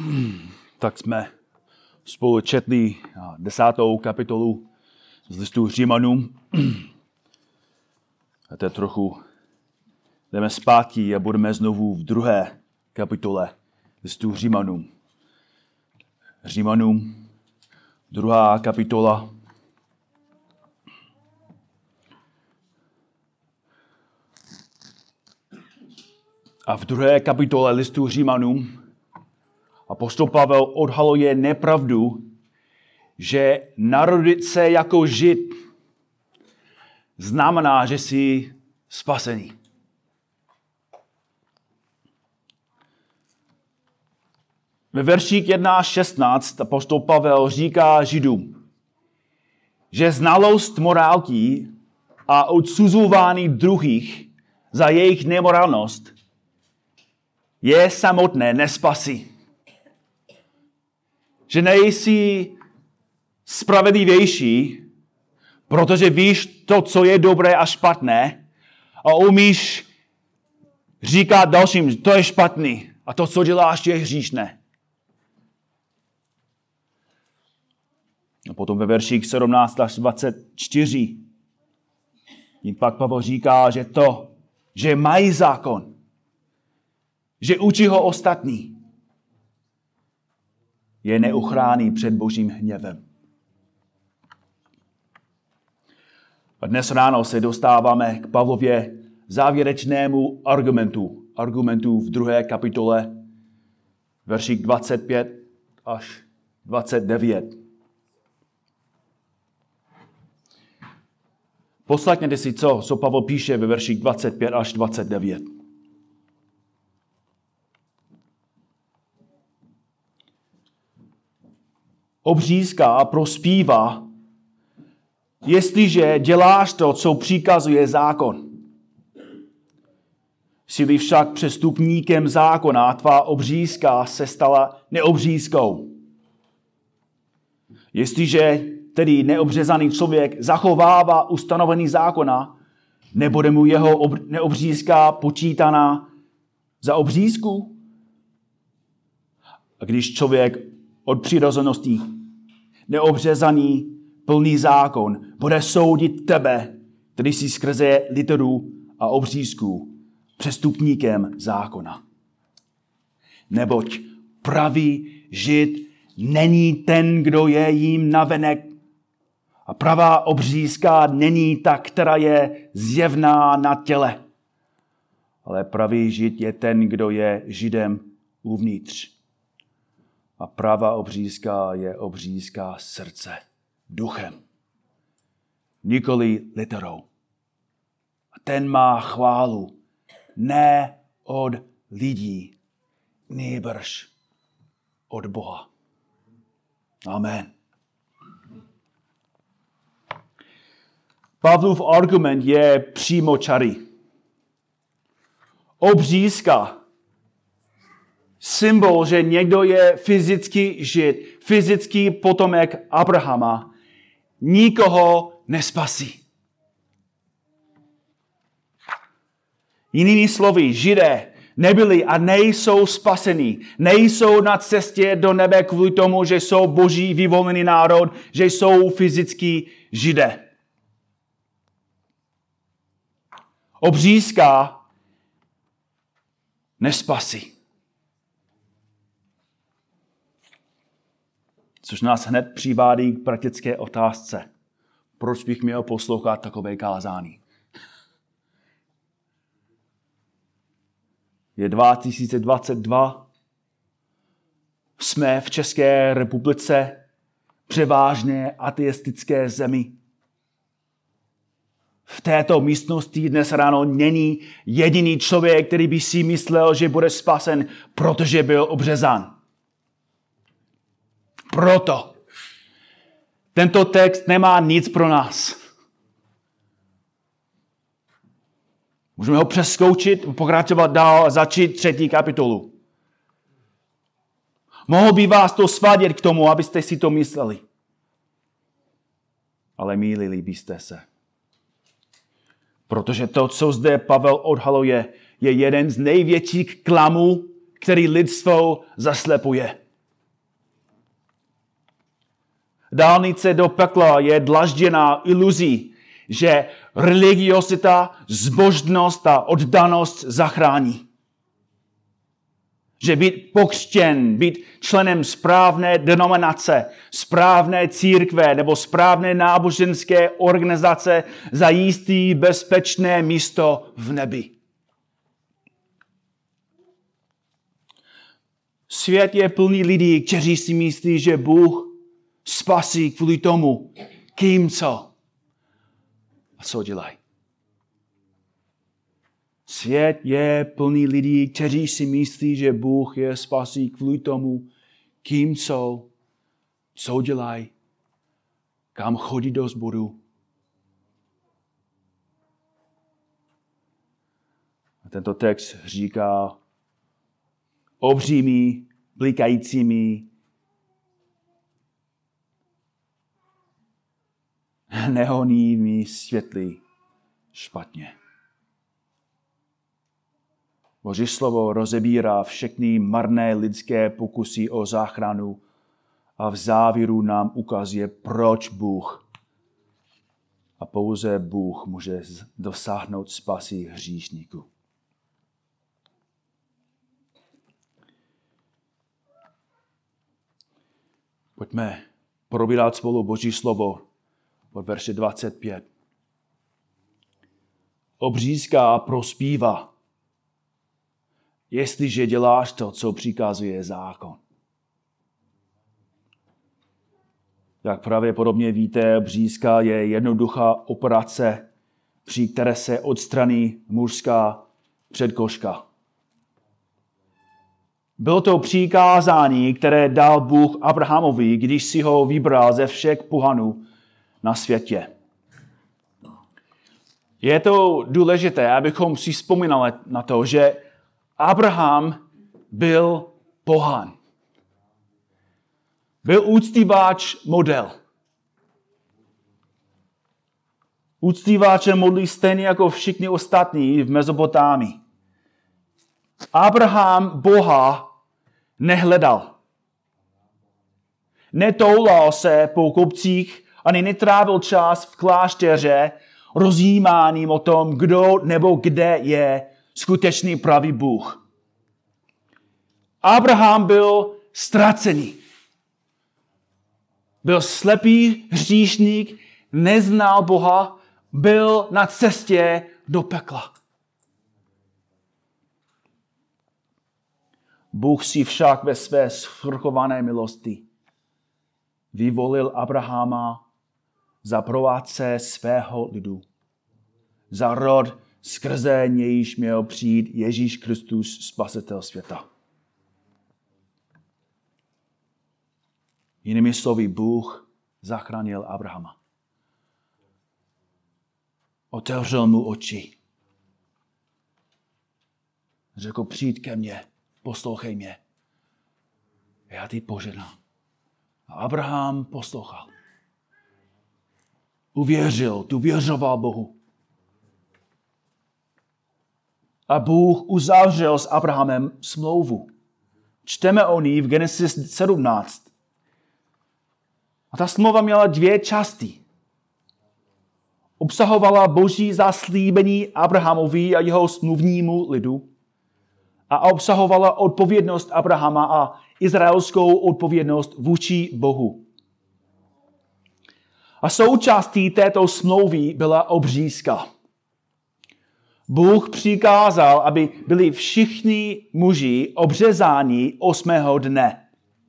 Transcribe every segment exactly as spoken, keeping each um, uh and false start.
Tak jsme spolu četli desátou kapitolu z listu Římanům. A teď trochu jdeme zpátky a budeme znovu v druhé kapitole listu Římanům. Římanům, druhá kapitola. A v druhé kapitole listu Římanům apostol Pavel odhaluje nepravdu, že narodit se jako Žid znamená, že jsi spasený. Ve verších jedna až šestnáct apostol Pavel říká Židům, že znalost morálky a odsuzování druhých za jejich nemorálnost je samotné nespasí. Že nejsi spravedlivější, protože víš to, co je dobré a špatné a umíš říkat dalším, že to je špatný a to, co děláš, je hříšné. A potom ve verších sedmnáct až dvacet čtyři jim pak Pavel říká, že to, že mají zákon, že učí ho ostatní, je neuchrání před Božím hněvem. A dnes ráno se dostáváme k Pavlově závěrečnému argumentu. Argumentu v druhé kapitole, verších dvacet pět až dvacet devět. Poslechněte si, co, co Pavel píše ve verších dvacet pět až dvacet devět. Obřízka a prospívá, jestliže děláš to, co přikazuje zákon. Jsi-li však přestupníkem zákona, tvá obřízka se stala neobřízkou. Jestliže tedy neobřezaný člověk zachovává ustanovení zákona, nebude mu jeho ob- neobřízka počítaná za obřízku? A když člověk od přirozenosti neobřezaný plný zákon bude soudit tebe, který jsi skrze literu a obřízku přestupníkem zákona. Neboť pravý Žid není ten, kdo je jím navenek, a pravá obřízka není ta, která je zjevná na těle. Ale pravý Žid je ten, kdo je Židem uvnitř. A pravá obřízka je obřízka srdce, duchem, nikoli literou. A ten má chválu ne od lidí, nýbrž od Boha. Amen. Pavlův argument je přímočarý. Obřízka, symbol, že někdo je fyzický Žid, fyzický potomek Abrahama, nikoho nespasí. Jinými slovy, Židé nebyli a nejsou spasení, nejsou na cestě do nebe kvůli tomu, že jsou boží vyvolený národ, že jsou fyzický Židé. Obřízka nespasí. Což nás hned přivádí k praktické otázce. Proč bych měl poslouchat takové kázání? Je dva tisíce dvacet dva. Jsme v České republice, převážně ateistické zemi. V této místnosti dnes ráno není jediný člověk, který by si myslel, že bude spasen, protože byl obřezán. Proto tento text nemá nic pro nás. Můžeme ho přeskoučit, pokračovat dál a začít třetí kapitolu. Mohl by vás to svádět k tomu, abyste si to mysleli. Ale mýlili byste se. Protože to, co zde Pavel odhaluje, je jeden z největších klamů, který lidstvo zaslepuje. Dálnice do pekla je dlažděná iluzí, že religiosita, zbožnost a oddanost zachrání. Že být pokřtěn, být členem správné denominace, správné církve nebo správné náboženské organizace zajistí bezpečné místo v nebi. Svět je plný lidí, kteří si myslí, že Bůh spasí kvůli tomu, kým co a co dělají. Svět je plný lidí, kteří si myslí, že Bůh je spasí kvůli tomu, kým jsou, co dělají, kam chodí do sboru. A tento text říká obřími, blikajícími, neonými světly špatně. Boží slovo rozebírá všechny marné lidské pokusy o záchranu a v závěru nám ukazuje, proč Bůh a pouze Bůh může dosáhnout spasy hříšníků. Pojďme probírat spolu Boží slovo od verše dvacet pět. Obřízka prospívá, jestliže děláš to, co přikazuje zákon. Jak pravděpodobně víte, obřízka je jednoduchá operace, při které se odstraní mužská předkoška. Bylo to přikázání, které dal Bůh Abrahamovi, když si ho vybral ze všech pohanů na světě. Je to důležité, abychom si vzpomínali na to, že Abraham byl pohan. Byl úctívač model. Úctívače modlí stejně jako všichni ostatní v Mezopotámii. Abraham Boha nehledal. Netoulal se po kopcích ani netrávil čas v klášteře rozjímáním o tom, kdo nebo kde je skutečný pravý Bůh. Abraham byl ztracený. Byl slepý hříšník, neznal Boha, byl na cestě do pekla. Bůh si však ve své svrchované milosti vyvolil Abrahama za provádce svého lidu, za rod, skrze nějž měl přijít Ježíš Kristus, spasitel světa. Jinými slovy, Bůh zachránil Abrahama. Otevřel mu oči. Řekl, přijď ke mně, poslouchej mě. Já ty poženám. A Abraham poslouchal. Uvěřil, důvěřoval Bohu. A Bůh uzavřel s Abrahamem smlouvu. Čteme o ní v Genesis sedmnáct. A ta smlouva měla dvě části. Obsahovala boží zaslíbení Abrahamovi a jeho smluvnímu lidu a obsahovala odpovědnost Abrahama a izraelskou odpovědnost vůči Bohu. A součástí této smlouvy byla obřízka. Bůh přikázal, aby byli všichni muži obřezáni osmého dne.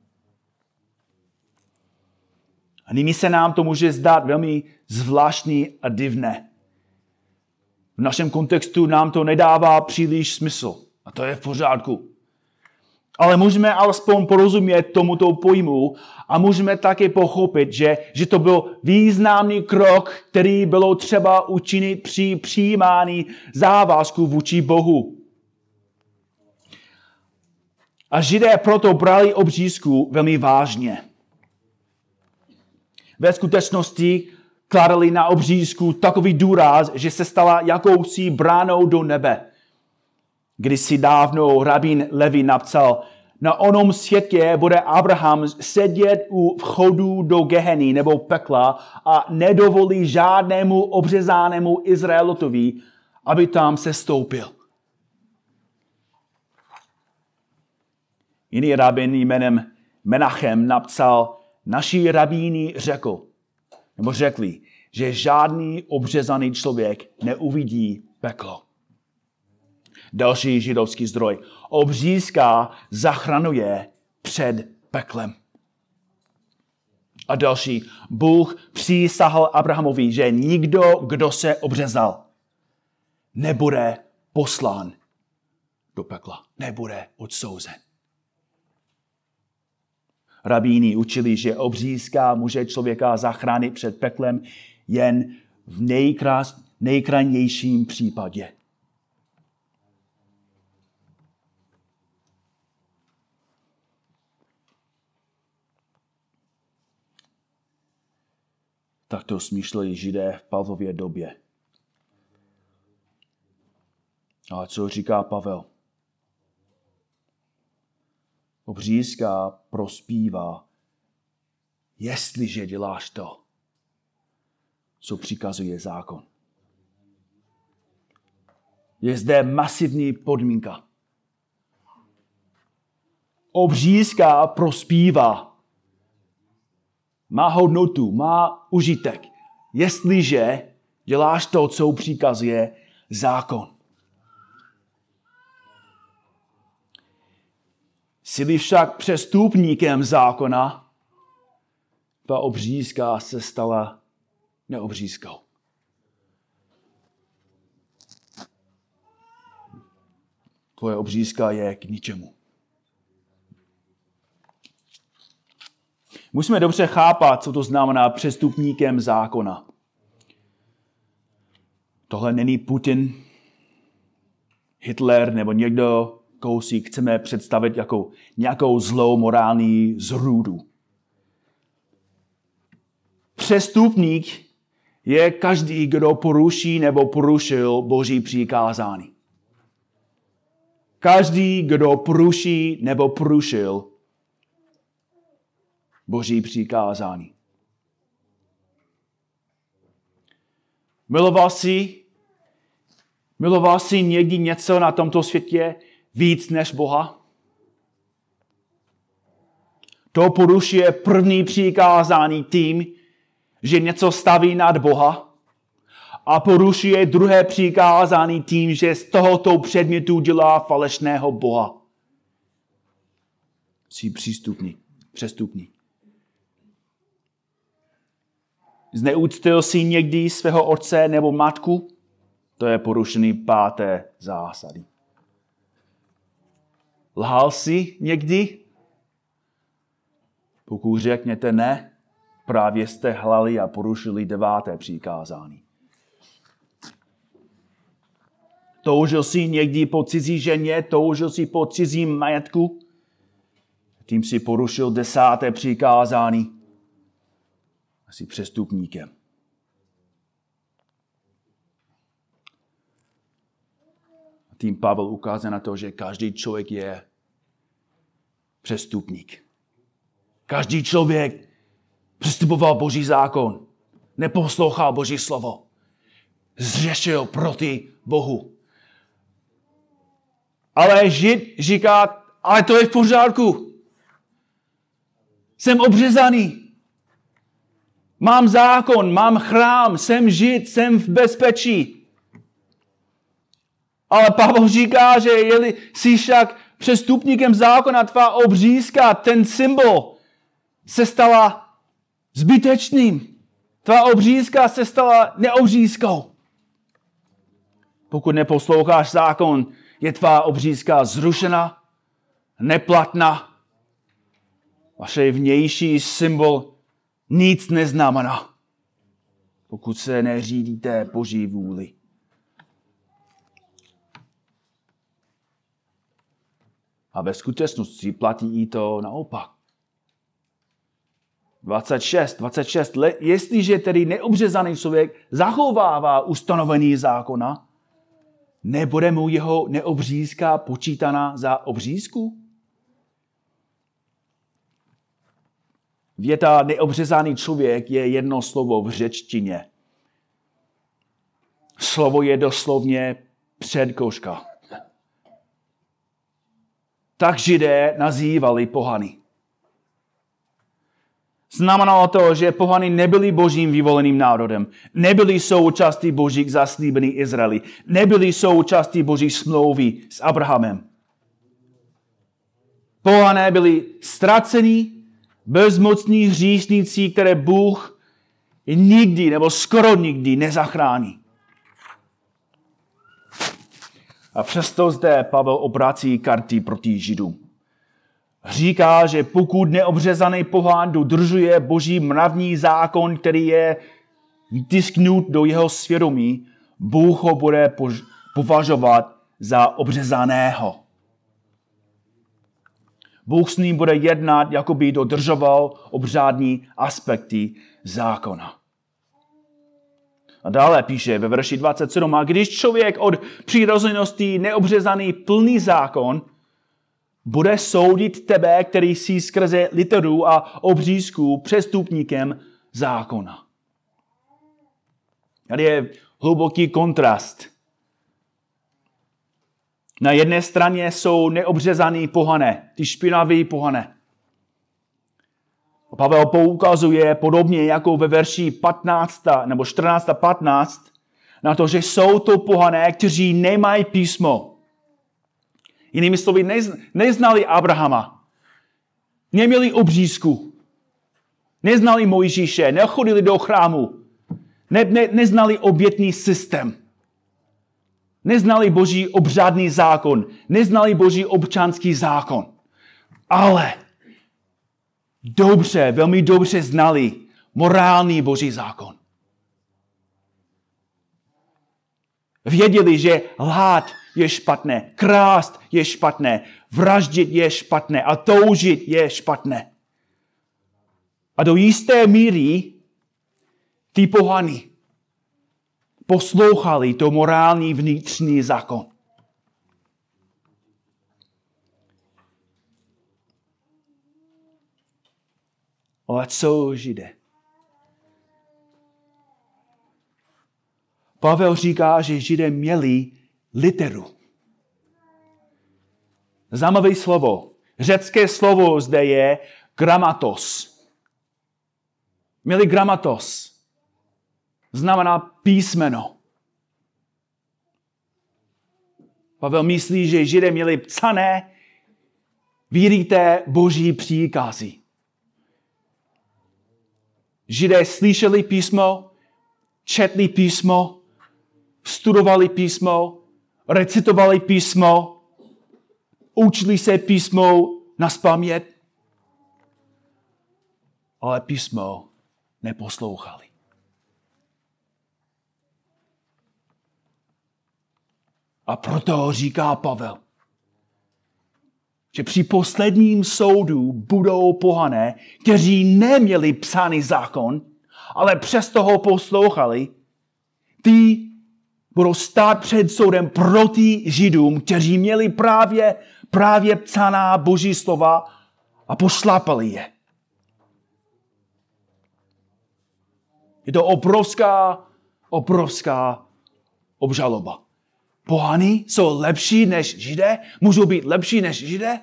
A nyní se nám to může zdát velmi zvláštní a divné. V našem kontextu nám to nedává příliš smysl. A to je v pořádku. Ale můžeme alespoň porozumět tomuto pojmu a můžeme také pochopit, že, že to byl významný krok, který bylo třeba učinit při přijímání závazku vůči Bohu. A Židé proto brali obřízku velmi vážně. Ve skutečnosti kladli na obřízku takový důraz, že se stala jakousi bránou do nebe. Když si dávno rabín Levi napsal, Na onom světě bude Abraham sedět u vchodu do Geheny nebo pekla a nedovolí žádnému obřezánému Izraelitovi, aby tam se stoupil. Jiný rabin jménem Menachem napsal, naši rabíni řekl, nebo řekli, že žádný obřezaný člověk neuvidí peklo. Další židovský zdroj. Obřízka zachraňuje před peklem. A další. Bůh přísahal Abrahamovi, že nikdo, kdo se obřezal, nebude poslán do pekla. Nebude odsouzen. Rabíni učili, že obřízka může člověka zachránit před peklem jen v nejkrás, nejkrajnějším případě. Tak to smýšleli Židé v Pavlově době. A co říká Pavel? Obřízka prospívá, jestliže děláš to, co přikazuje zákon. Je zde masivní podmínka. Obřízka prospívá. Má hodnotu, má užitek, jestliže děláš to, co přikazuje zákon. Jsi však přestupníkem zákona, tvá obřízka se stala neobřízkou. Tvoje obřízka je k ničemu. Musíme dobře chápat, co to znamená přestupníkem zákona. Tohle není Putin, Hitler nebo někdo, koho si chceme představit jako nějakou zlou morální zrůdu. Přestupník je každý, kdo poruší nebo porušil Boží přikázání. Každý, kdo poruší nebo porušil Boží přikázání. Miloval jsi, miloval jsi někdy něco na tomto světě víc než Boha? To porušuje první přikázání tím, že něco staví nad Boha, a porušuje druhé přikázání tím, že z tohoto předmětu dělá falešného Boha. Jsi přístupný, přestupný. Zneuctil jsi někdy svého otce nebo matku? To je porušený páté zásady. Lhal jsi někdy? Pokud řekněte ne, právě jste hlali a porušili deváté přikázání. Toužil jsi někdy po cizí ženě, toužil jsi po cizím majetku? Tím si porušil desáté přikázání. Jsi přestupníkem. A tím Pavel ukázal na to, že každý člověk je přestupník. Každý člověk přestupoval Boží zákon, neposlouchal Boží slovo, zřešil proti Bohu. Ale Žid říká, ale to je v pořádku. Jsem obřezaný. Mám zákon, mám chrám, jsem Žid, jsem v bezpečí. Ale Pavel říká, že jeli jsi však přestupníkem zákona, tvá obřízka, ten symbol, se stala zbytečným. Tvá obřízka se stala neobřízkou. Pokud neposloucháš zákon, je tvá obřízka zrušena, neplatná. Vaše vnější symbol nic neznamená, pokud se neřídíte Boží vůli. A ve skutečnosti platí i to naopak. dvacet šest, dvacet šest let, jestliže tedy neobřezaný člověk zachovává ustanovení zákona, nebude mu jeho neobřízka počítaná za obřízku? Věta neobřezaný člověk je jedno slovo v řečtině. Slovo je doslovně předkoška. Tak Židé nazývali pohany. Znamenalo to, že pohany nebyli božím vyvoleným národem, nebyli součástí božích zaslíbený Izraeli, nebyli součástí boží smlouvy s Abrahamem. Pohané byli ztracení, bezmocní hříšníci, které Bůh nikdy nebo skoro nikdy nezachrání. A přesto zde Pavel obrací karty proti Židům. Říká, že pokud neobřezaný pohán dodržuje boží mravní zákon, který je vytisknut do jeho svědomí, Bůh ho bude považovat za obřezaného. Bůh s ním bude jednat, jako by dodržoval obřádní aspekty zákona. A dále píše ve verši dvacet sedm, a když člověk od přirozenosti neobřezaný plný zákon, bude soudit tebe, který jsi skrze literu a obřízku přestupníkem zákona. Tady je hluboký kontrast. Na jedné straně jsou neobřezaný pohané, ty špinaví pohané. Pavel poukazuje podobně jako ve verši patnáct nebo čtrnáct a patnáct na to, že jsou to pohané, kteří nemají písmo. Jinými slovy, neznali Abrahama, neměli obřízku, neznali Mojžíše, nechodili do chrámu, ne, ne, neznali obětný systém, neznali boží obřádný zákon, neznali boží občanský zákon. Ale dobře, velmi dobře znali morální boží zákon. Věděli, že lhát je špatné, krást je špatné, vraždit je špatné a toužit je špatné. A do jisté míry ty pohany poslouchali to morální vnitřní zákon. Ale co Židé? Pavel říká, že Židé měli literu. Zajímavé slovo. Řecké slovo zde je gramatos. Měli gramatos. Znamená písmeno. Pavel myslí, že Židé měli psané, vyryté boží příkazy. Židé slyšeli písmo, četli písmo, studovali písmo, recitovali písmo, učili se písmo nazpamět, ale písmo neposlouchali. A proto říká Pavel, že při posledním soudu budou pohané, kteří neměli psaný zákon, ale přesto ho poslouchali, ty budou stát před soudem proti Židům, kteří měli právě, právě psaná boží slova a pošlapali je. Je to obrovská, obrovská obžaloba. Pohany jsou lepší než Židé? Můžou být lepší než Židé?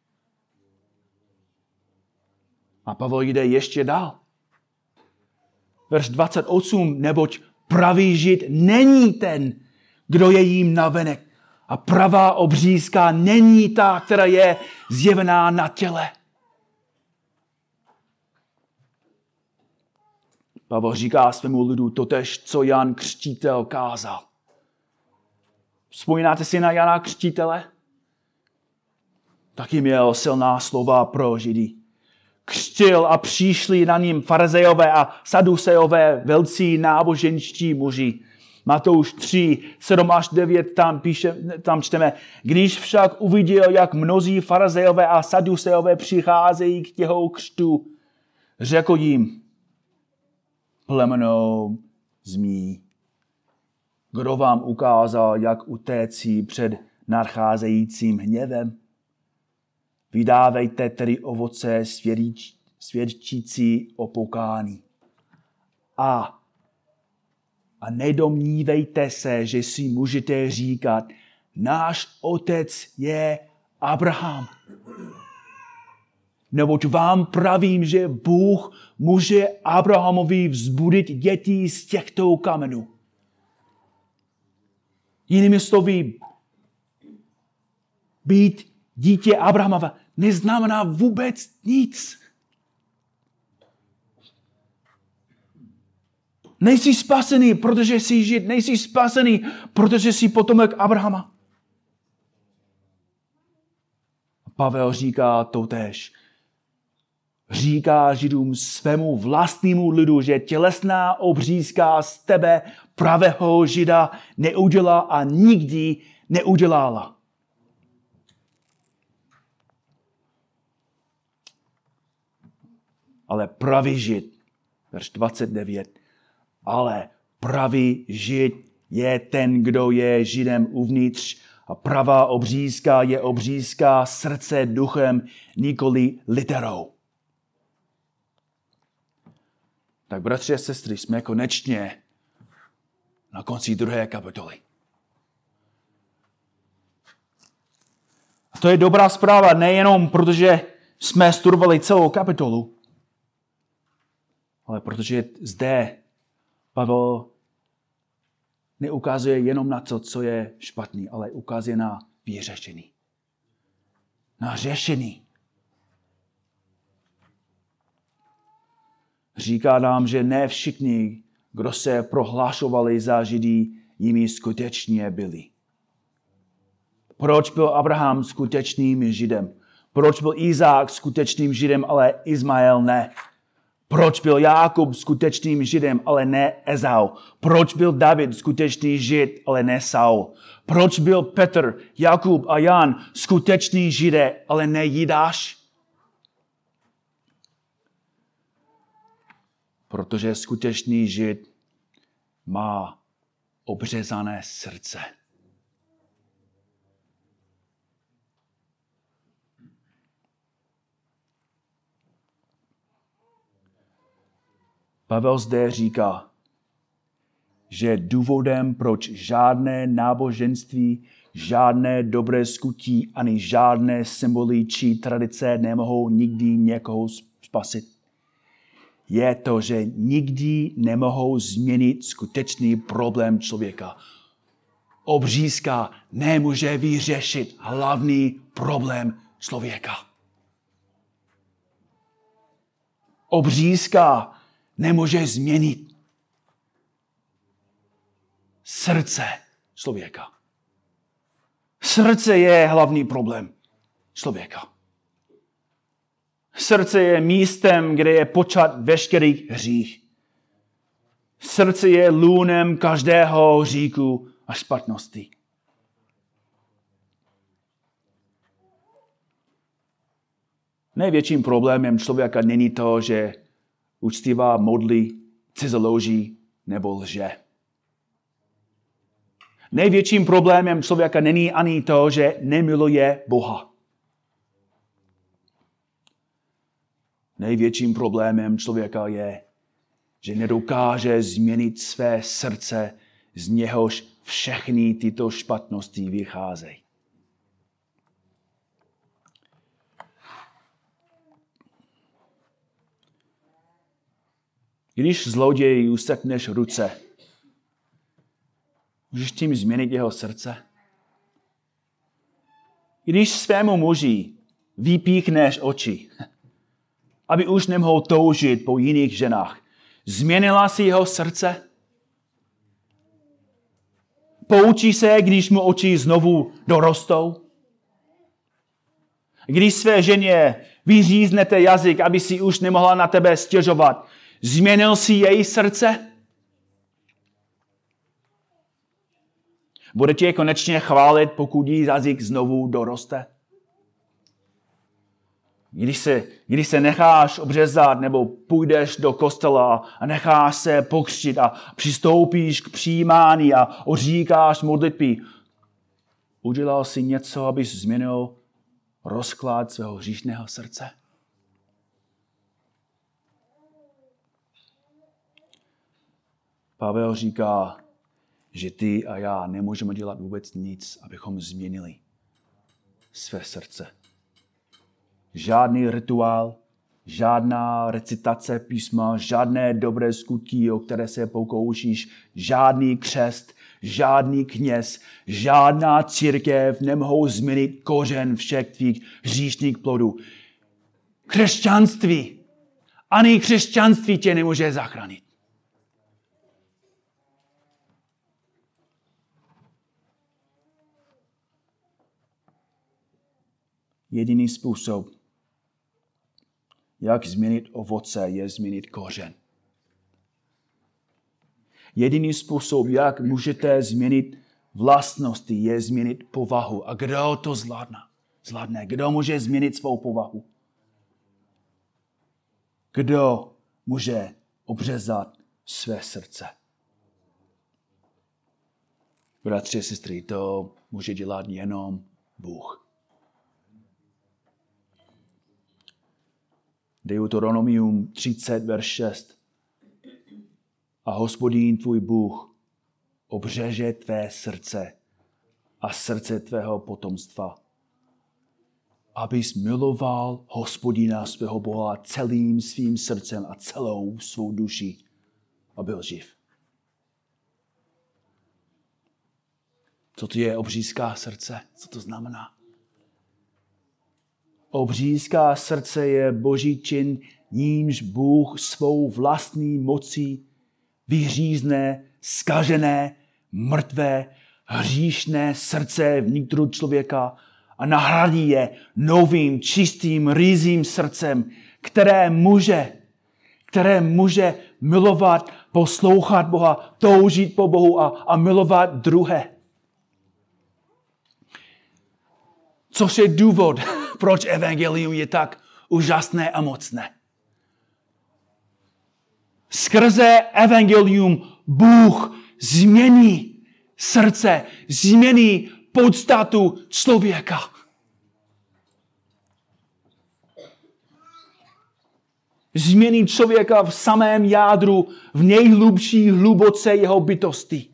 A Pavel jde ještě dál. Verš dvacet osm, neboť pravý Žid není ten, kdo je jím navenek. A pravá obřízka není ta, která je zjevená na těle. Pavel říká svému lidu totéž, co Jan Křtitel kázal. Vzpomínáte si na Jana Křtitele? Taky měl silná slova pro Židy. Křtil a přišli na ním farizejové a sadusejové velcí náboženští muži. Matouš tři, sedm až devět, tam, píše, tam čteme. Když však uviděl, jak mnozí farizejové a sadusejové přicházejí k jeho křtu, řekl jim, plemenou zmí, kdo vám ukázal, jak utéci před nadcházejícím hněvem? Vydávejte tedy ovoce svědčící o pokání. A, a nedomnívejte se, že si můžete říkat, náš otec je Abraham. Neboť vám pravím, že Bůh může Abrahamovi vzbudit děti z těchto kamenů. Jinými slovy, být dítě Abrahamova neznamená vůbec nic. Nejsi spasený, protože jsi žid. Nejsi spasený, protože jsi potomek Abrahama. Pavel říká totéž. Říká Židům svému vlastnímu lidu, že tělesná obřízka z tebe pravého Žida neudělá a nikdy neudělala. Ale pravý Žid, verš dvacet devět, ale pravý Žid je ten, kdo je Židem uvnitř a pravá obřízka je obřízka srdce duchem, nikoli literou. Tak bratři a sestry, jsme konečně na konci druhé kapitoly. A to je dobrá zpráva, nejenom protože jsme studovali celou kapitolu, ale protože zde Pavel neukazuje jenom na to, co je špatný, ale ukazuje na vyřešení. Na řešení. Říká nám, že ne všichni, kdo se prohlašovali za Židy, jimi skutečně byli. Proč byl Abraham skutečným Židem? Proč byl Izák skutečným Židem, ale Izmael ne? Proč byl Jákob skutečným Židem, ale ne Ezau? Proč byl David skutečný Žid, ale ne Saul? Proč byl Petr, Jakub a Jan skutečný Židé, ale ne Jidáš? Protože skutečný Žid má obřezané srdce. Pavel zde říká, že důvodem, proč žádné náboženství, žádné dobré skutí, ani žádné symboly či tradice nemohou nikdy někoho spasit, je to, že nikdy nemohou změnit skutečný problém člověka. Obřízka nemůže vyřešit hlavní problém člověka. Obřízka nemůže změnit srdce člověka. Srdce je hlavní problém člověka. Srdce je místem, kde je počat veškerých hřích. Srdce je lůnem každého hříchu a špatnosti. Největším problémem člověka není to, že uctívá modlí, cizoloží nebo lže. Největším problémem člověka není ani to, že nemiluje Boha. Největším problémem člověka je, že nedokáže změnit své srdce, z něhož všechny tyto špatnosti vycházejí. Když zloději usekneš ruce, můžeš tím změnit jeho srdce? Když svému muži vypíchneš oči, aby už nemohl toužit po jiných ženách, změnila si jeho srdce? Poučí se, když mu oči znovu dorostou? Když své ženě vyříznete jazyk, aby si už nemohla na tebe stěžovat, změnil si její srdce? Bude tě konečně chválit, pokud jí jazyk znovu doroste? Když se, když se necháš obřezat nebo půjdeš do kostela a necháš se pokřtít a přistoupíš k přijímání a oříkáš modlitby, udělal jsi něco, abys změnil rozklad svého hříšného srdce? Pavel říká, že ty a já nemůžeme dělat vůbec nic, abychom změnili své srdce. Žádný rituál, žádná recitace písma, žádné dobré skutky, o které se pokoušíš, žádný křest, žádný kněz, žádná církev nemohou změnit kořen všech tvých hříšných plodů. Křesťanství, ani křesťanství tě nemůže zachránit. Jediný způsob, jak změnit ovoce, je změnit kořen. Jediný způsob, jak můžete změnit vlastnosti, je změnit povahu. A kdo to zvládne? Zvládne. Kdo může změnit svou povahu? Kdo může obřezat své srdce? Bratři a sestry, to může dělat jenom Bůh. Deuteronomium třicet, verš šest. A Hospodin tvůj Bůh obřeže tvé srdce a srdce tvého potomstva, abys miloval Hospodina svého Boha celým svým srdcem a celou svou duší a byl živ. Co to je obřízká srdce? Co to znamená? Obřízká srdce je boží čin, nímž Bůh svou vlastní mocí vyřízne, zkažené, mrtvé, hříšné srdce vnitru člověka a nahradí je novým, čistým, rýzím srdcem, které může, které může milovat, poslouchat Boha, toužit po Bohu a, a milovat druhé. Což je důvod, proč evangelium je tak úžasné a mocné. Skrze evangelium Bůh změní srdce, změní podstatu člověka. Změní člověka v samém jádru, v nejhlubší hluboce jeho bytosti.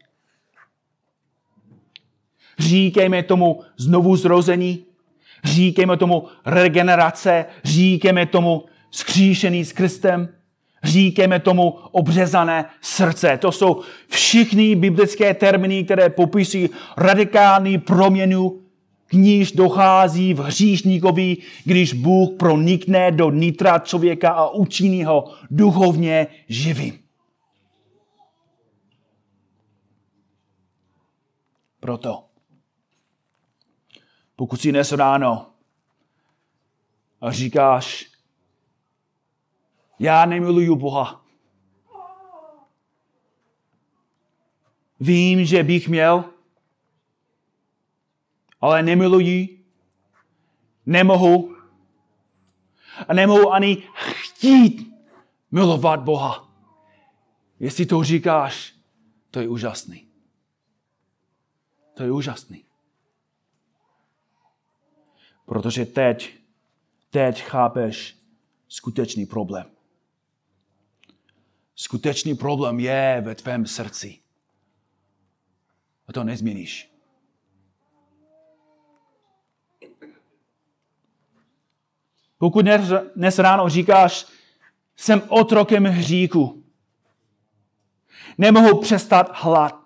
Říkejme tomu znovu zrození, říkejme tomu regenerace, říkejme tomu vzkříšený s Kristem, říkejme tomu obřezané srdce. To jsou všichni biblické termíny, které popisují radikální proměnu, k níž dochází v hříšníkovi, když Bůh pronikne do nitra člověka a učiní ho duchovně živým. Proto, pokud si dnes ráno a říkáš, já nemiluju Boha. Vím, že bych měl, ale nemiluji, nemohu a nemohu ani chtít milovat Boha. Jestli to říkáš, to je úžasný. To je úžasný. Protože teď, teď chápeš skutečný problém. Skutečný problém je ve tvém srdci. A to nezměníš. Pokud dnes ráno říkáš, jsem otrokem hříchu, nemohu přestat hlad,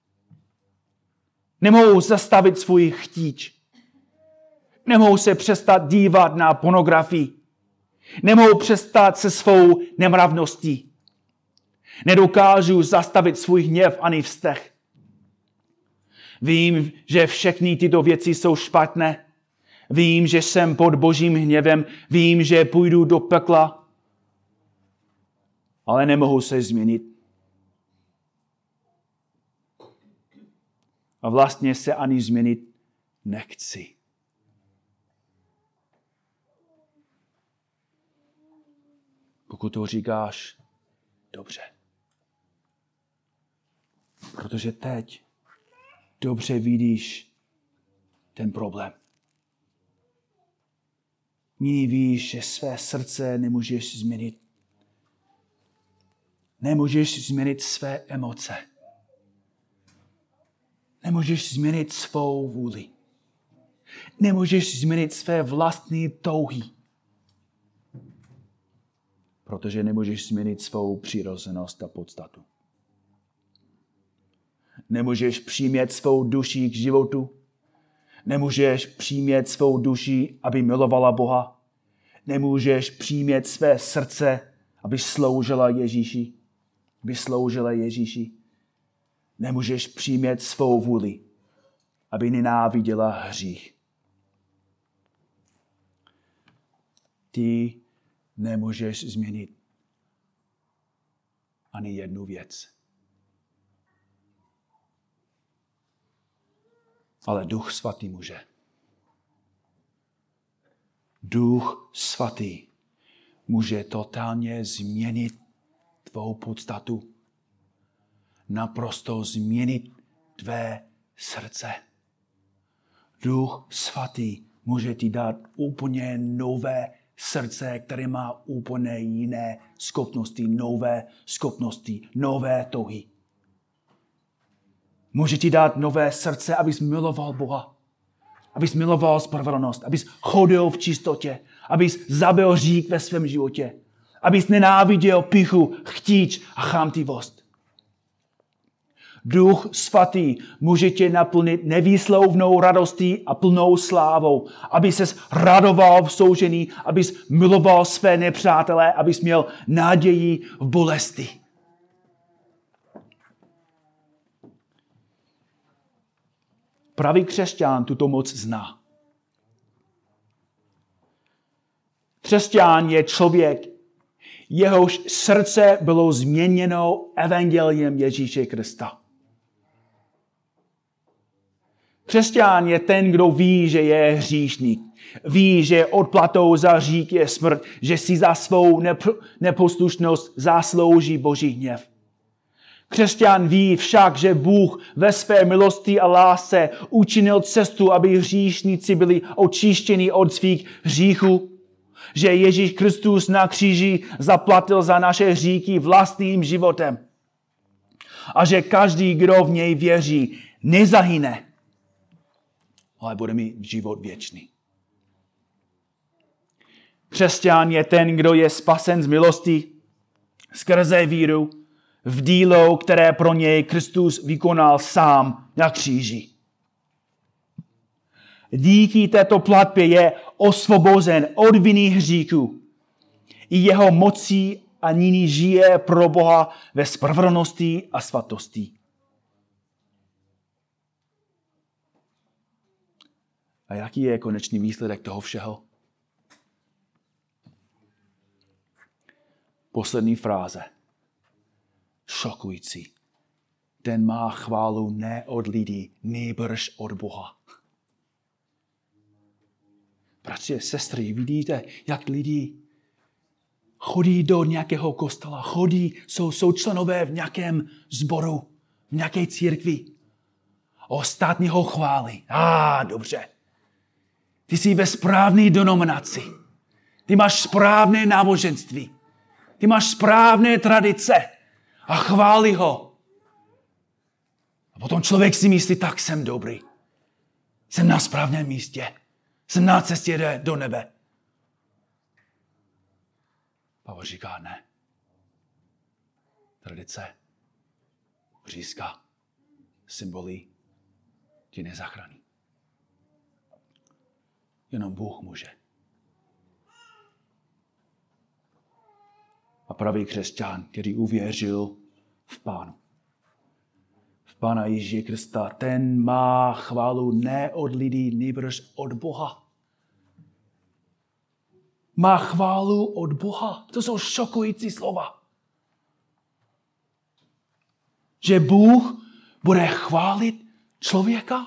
nemohu zastavit svůj chtíč, nemohu se přestat dívat na pornografii, nemohu přestat se svou nemravností, nedokážu zastavit svůj hněv ani vzteh. Vím, že všechny tyto věci jsou špatné. Vím, že jsem pod Božím hněvem. Vím, že půjdu do pekla. Ale nemohu se změnit. A vlastně se ani změnit nechci. Pokud to říkáš, dobře. Protože teď dobře vidíš ten problém. Nyní víš, že své srdce nemůžeš změnit. Nemůžeš změnit své emoce. Nemůžeš změnit svou vůli. Nemůžeš změnit své vlastní touhy. Protože nemůžeš změnit svou přirozenost a podstatu. Nemůžeš přimět svou duši k životu. Nemůžeš přimět svou duši, aby milovala Boha. Nemůžeš přimět své srdce, aby sloužila Ježíši. Aby sloužila Ježíši. Nemůžeš přimět svou vůli, aby nenáviděla hřích. Ty nemůžeš změnit ani jednu věc. Ale Duch Svatý může. Duch Svatý může totálně změnit tvou podstatu. Naprosto změnit tvé srdce. Duch Svatý může ti dát úplně nové srdce, které má úplně jiné schopnosti, nové schopnosti, nové touhy. Může ti dát nové srdce, abys miloval Boha. Abys miloval spravedlnost. Abys chodil v čistotě. Abys zabil hřích ve svém životě. Abys nenáviděl pýchu, chtíč a chamtivost. Duch Svatý může tě naplnit nevýslovnou radostí a plnou slávou. Aby ses radoval v soužení, abys miloval své nepřátelé, abys měl naději v bolesti. Pravý křesťan tuto moc zná. Křesťan je člověk, jehož srdce bylo změněno evangeliem Ježíše Krista. Křesťan je ten, kdo ví, že je hříšník. Ví, že odplatou za hřích je smrt, že si za svou neposlušnost zaslouží Boží hněv. Křesťan ví však, že Bůh ve své milosti a lásce učinil cestu, aby hříšníci byli očištěni od svých hříchů. Že Ježíš Kristus na kříži zaplatil za naše hříchy vlastním životem. A že každý, kdo v něj věří, nezahyne, ale bude mít život věčný. Křesťan je ten, kdo je spasen z milosti skrze víru v dílo, které pro něj Kristus vykonal sám na kříži. Díky této platbě je osvobozen od viny hříchu. I jeho mocí a nyní žije pro Boha ve spravedlnosti a svatosti. A jaký je konečný výsledek toho všeho? Poslední fráze. Šokující. Ten má chválu ne od lidí, nýbrž od Boha. Bratři a sestry, vidíte, jak lidi chodí do nějakého kostela, chodí, jsou, jsou členové v nějakém sboru, v nějaké církvi. Ostatní ho chválí. A ah, dobře. Ty jsi ve správné denominaci. Ty máš správné náboženství. Ty máš správné tradice. A chválí ho. A potom člověk si myslí, tak jsem dobrý. Jsem na správném místě. Jsem na cestě do nebe. Pavel říká ne. Tradice, řízka, symboly ti nezachrání. Jenom Bůh může. A pravý křesťan, který uvěřil v Pánu. V Pána Ježíše Krista, ten má chválu ne od lidí, nýbrž od Boha. Má chválu od Boha. To jsou šokující slova. Že Bůh bude chválit člověka?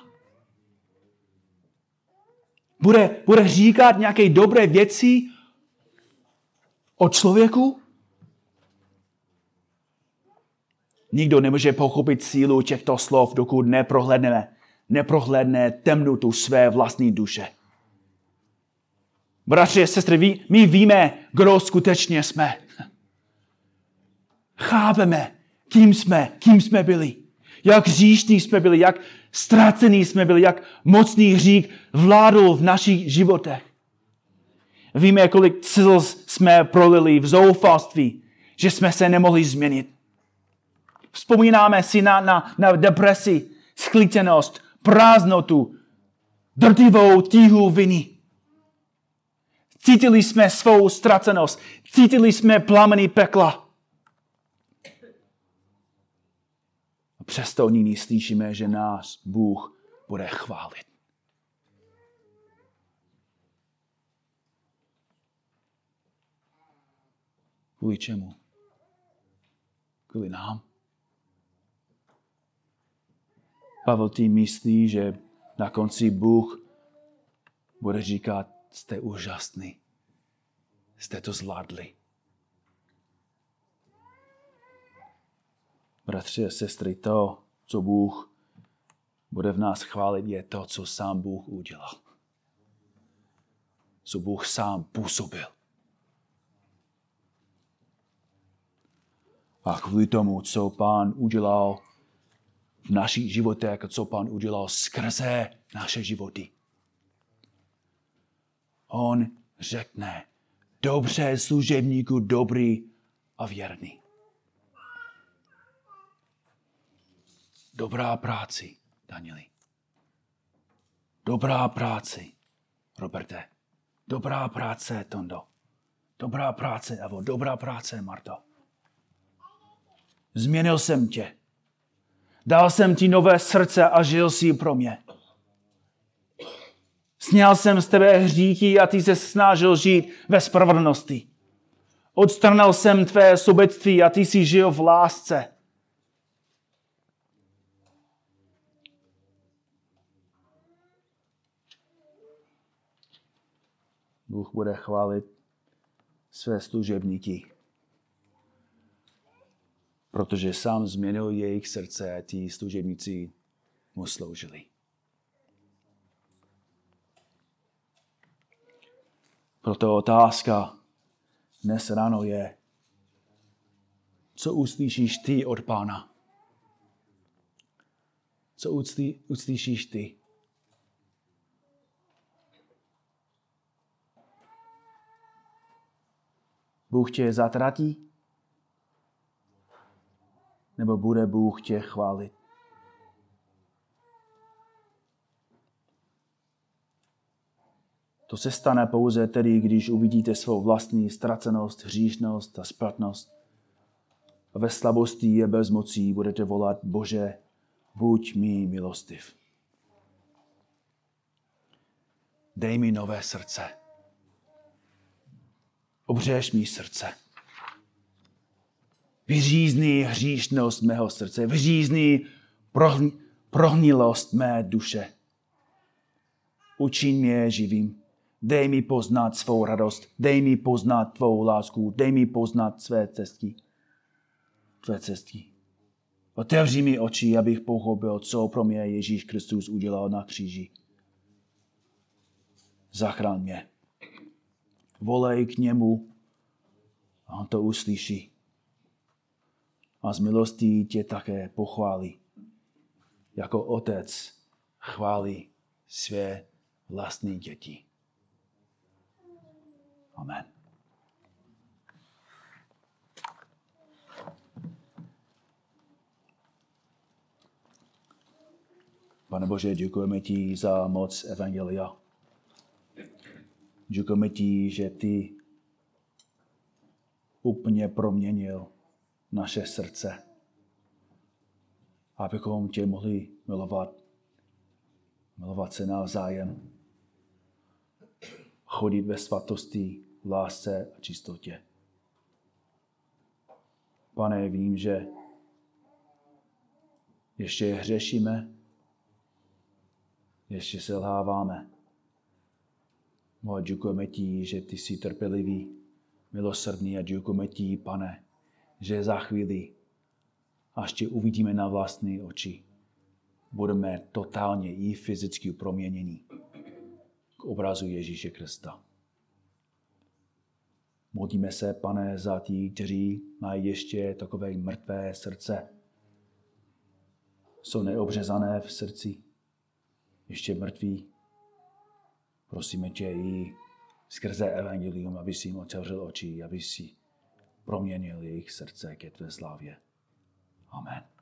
Bude, bude říkat nějaké dobré věci o člověku? Nikdo nemůže pochopit sílu těchto slov, dokud neprohlédneme, neprohlédne temnotu své vlastní duše. Bratři a sestry, my víme, kdo skutečně jsme. chápeme, kým jsme, kým jsme byli. Jak hříšní jsme byli, jak ztracení jsme byli, jak mocný hřích vládl v našich životech. Víme, kolik slz jsme prolili v zoufalství, že jsme se nemohli změnit. Vzpomínáme si na, na, na depresi, sklíčenost, prázdnotu, drtivou tíhu viny. Cítili jsme svou ztracenost, cítili jsme plameny pekla. A přesto nyní slyšíme, že nás Bůh bude chválit. Kvůli čemu? Kvůli nám? Pavel tím myslí, že na konci Bůh bude říkat, jste úžasný, jste to zvládli. Bratři a sestry, to, co Bůh bude v nás chválit, je to, co sám Bůh udělal. Co Bůh sám působil. A kvůli tomu, co Pán udělal v našich životech a co Pán udělal skrze naše životy. On řekne, dobře služebníku, dobrý a věrný. Dobrá práci, Danieli. Dobrá práci, Roberte. Dobrá práce, Tondo. Dobrá práce, Evo. Dobrá práce, Marto. Změnil jsem tě. Dal jsem ti nové srdce a žil jsi pro mě. Sněl jsem z tebe hříchy a ty se snažil žít ve spravedlnosti. Odstranil jsem tvé sobectví a ty jsi žil v lásce. Bůh bude chválit své služebníky, protože sám změnil jejich srdce a ti služebníci mu sloužili. Proto otázka dnes ráno je, co uslyšíš ty od Pána? Co uslyšíš ty? Bůh tě zatratí? Nebo bude Bůh tě chválit? To se stane pouze tedy, když uvidíte svou vlastní ztracenost, hříšnost a spratnost. A ve slabosti a bezmocí budete volat, Bože, buď mi milostiv. Dej mi nové srdce. Obřeš mi srdce. Vyřízni hříšnost mého srdce. Vyřízni prohnilost mé duše. Učiň mě živým. Dej mi poznat svou radost. Dej mi poznat tvou lásku. Dej mi poznat své cesty. Tvé cesty. Otevři mi oči, abych pochopil, co pro mě Ježíš Kristus udělal na kříži. Zachraň mě. Volej k němu a on to uslyší. A z milostí tě také pochválí. Jako otec chválí své vlastní děti. Amen. Pane Bože, děkujeme ti za moc evangelia. Děkujeme ti, že ty úplně proměnil naše srdce, abychom tě mohli milovat, milovat se navzájem, chodit ve svatosti, lásce a čistotě. Pane, vím, že ještě hřešíme, ještě selháváme. No a děkujeme ti, že ty jsi trpělivý, milosrdný a děkujeme ti, Pane, že za chvíli, až tě uvidíme na vlastní oči, budeme totálně i fyzicky proměnění k obrazu Ježíše Krista. Modlíme se, Pane, za tí, kteří mají ještě takové mrtvé srdce. Jsou neobřezané v srdci, ještě mrtví. Prosíme tě i skrze evangelium, aby si jim otevřel oči, aby si proměnil jejich srdce ke tvé slávě. Amen.